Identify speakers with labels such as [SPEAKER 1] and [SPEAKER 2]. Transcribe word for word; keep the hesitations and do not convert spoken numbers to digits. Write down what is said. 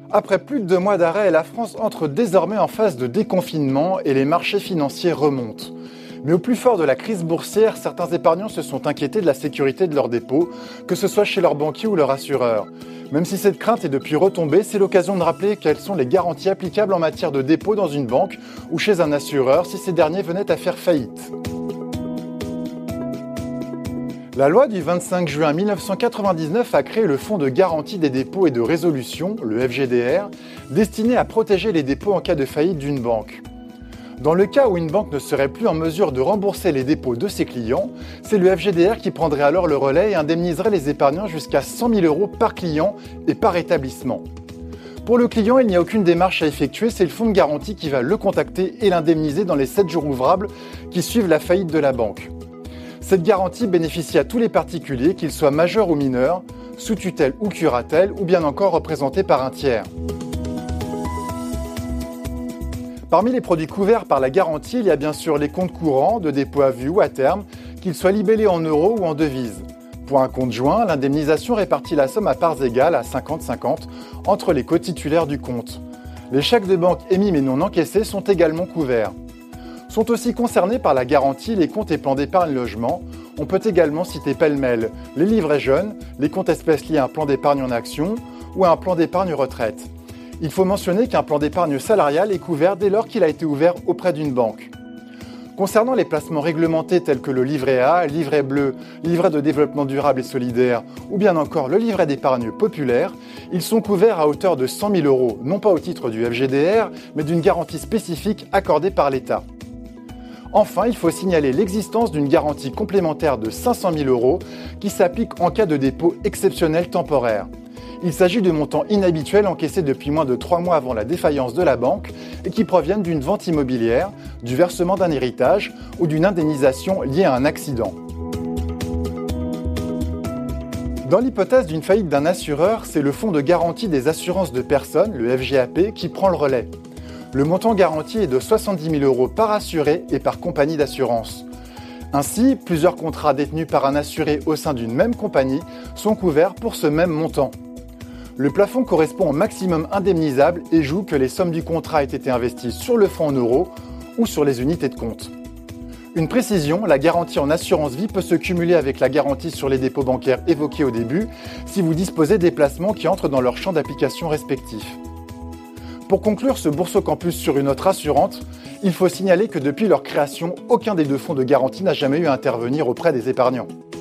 [SPEAKER 1] Après plus de deux mois d'arrêt, la France entre désormais en phase de déconfinement et les marchés financiers remontent. Mais au plus fort de la crise boursière, certains épargnants se sont inquiétés de la sécurité de leurs dépôts, que ce soit chez leur banquier ou leur assureur. Même si cette crainte est depuis retombée, c'est l'occasion de rappeler quelles sont les garanties applicables en matière de dépôt dans une banque ou chez un assureur si ces derniers venaient à faire faillite. La loi du vingt-cinq juin mille neuf cent quatre-vingt-dix-neuf a créé le Fonds de garantie des dépôts et de résolution, le F G D R, destiné à protéger les dépôts en cas de faillite d'une banque. Dans le cas où une banque ne serait plus en mesure de rembourser les dépôts de ses clients, c'est le F G D R qui prendrait alors le relais et indemniserait les épargnants jusqu'à cent mille euros par client et par établissement. Pour le client, il n'y a aucune démarche à effectuer, c'est le fonds de garantie qui va le contacter et l'indemniser dans les sept jours ouvrables qui suivent la faillite de la banque. Cette garantie bénéficie à tous les particuliers, qu'ils soient majeurs ou mineurs, sous tutelle ou curatelle, ou bien encore représentés par un tiers. Parmi les produits couverts par la garantie, il y a bien sûr les comptes courants, de dépôt à vue ou à terme, qu'ils soient libellés en euros ou en devises. Pour un compte joint, l'indemnisation répartit la somme à parts égales à cinquante cinquante entre les co-titulaires du compte. Les chèques de banque émis mais non encaissés sont également couverts. Sont aussi concernés par la garantie les comptes et plans d'épargne logement. On peut également citer pêle-mêle les livrets jeunes, les comptes espèces liés à un plan d'épargne en action ou à un plan d'épargne retraite. Il faut mentionner qu'un plan d'épargne salariale est couvert dès lors qu'il a été ouvert auprès d'une banque. Concernant les placements réglementés tels que le livret A, livret bleu, livret de développement durable et solidaire ou bien encore le livret d'épargne populaire, ils sont couverts à hauteur de cent mille euros, non pas au titre du F G D R, mais d'une garantie spécifique accordée par l'État. Enfin, il faut signaler l'existence d'une garantie complémentaire de cinq cent mille euros qui s'applique en cas de dépôt exceptionnel temporaire. Il s'agit de montants inhabituels encaissés depuis moins de trois mois avant la défaillance de la banque et qui proviennent d'une vente immobilière, du versement d'un héritage ou d'une indemnisation liée à un accident. Dans l'hypothèse d'une faillite d'un assureur, c'est le Fonds de garantie des assurances de personnes, le F G A P, qui prend le relais. Le montant garanti est de soixante-dix mille euros par assuré et par compagnie d'assurance. Ainsi, plusieurs contrats détenus par un assuré au sein d'une même compagnie sont couverts pour ce même montant. Le plafond correspond au maximum indemnisable et joue que les sommes du contrat aient été investies sur le fonds en euros ou sur les unités de compte. Une précision, la garantie en assurance vie peut se cumuler avec la garantie sur les dépôts bancaires évoqués au début si vous disposez des placements qui entrent dans leur champ d'application respectif. Pour conclure ce Bourse Campus sur une note rassurante, il faut signaler que depuis leur création, aucun des deux fonds de garantie n'a jamais eu à intervenir auprès des épargnants.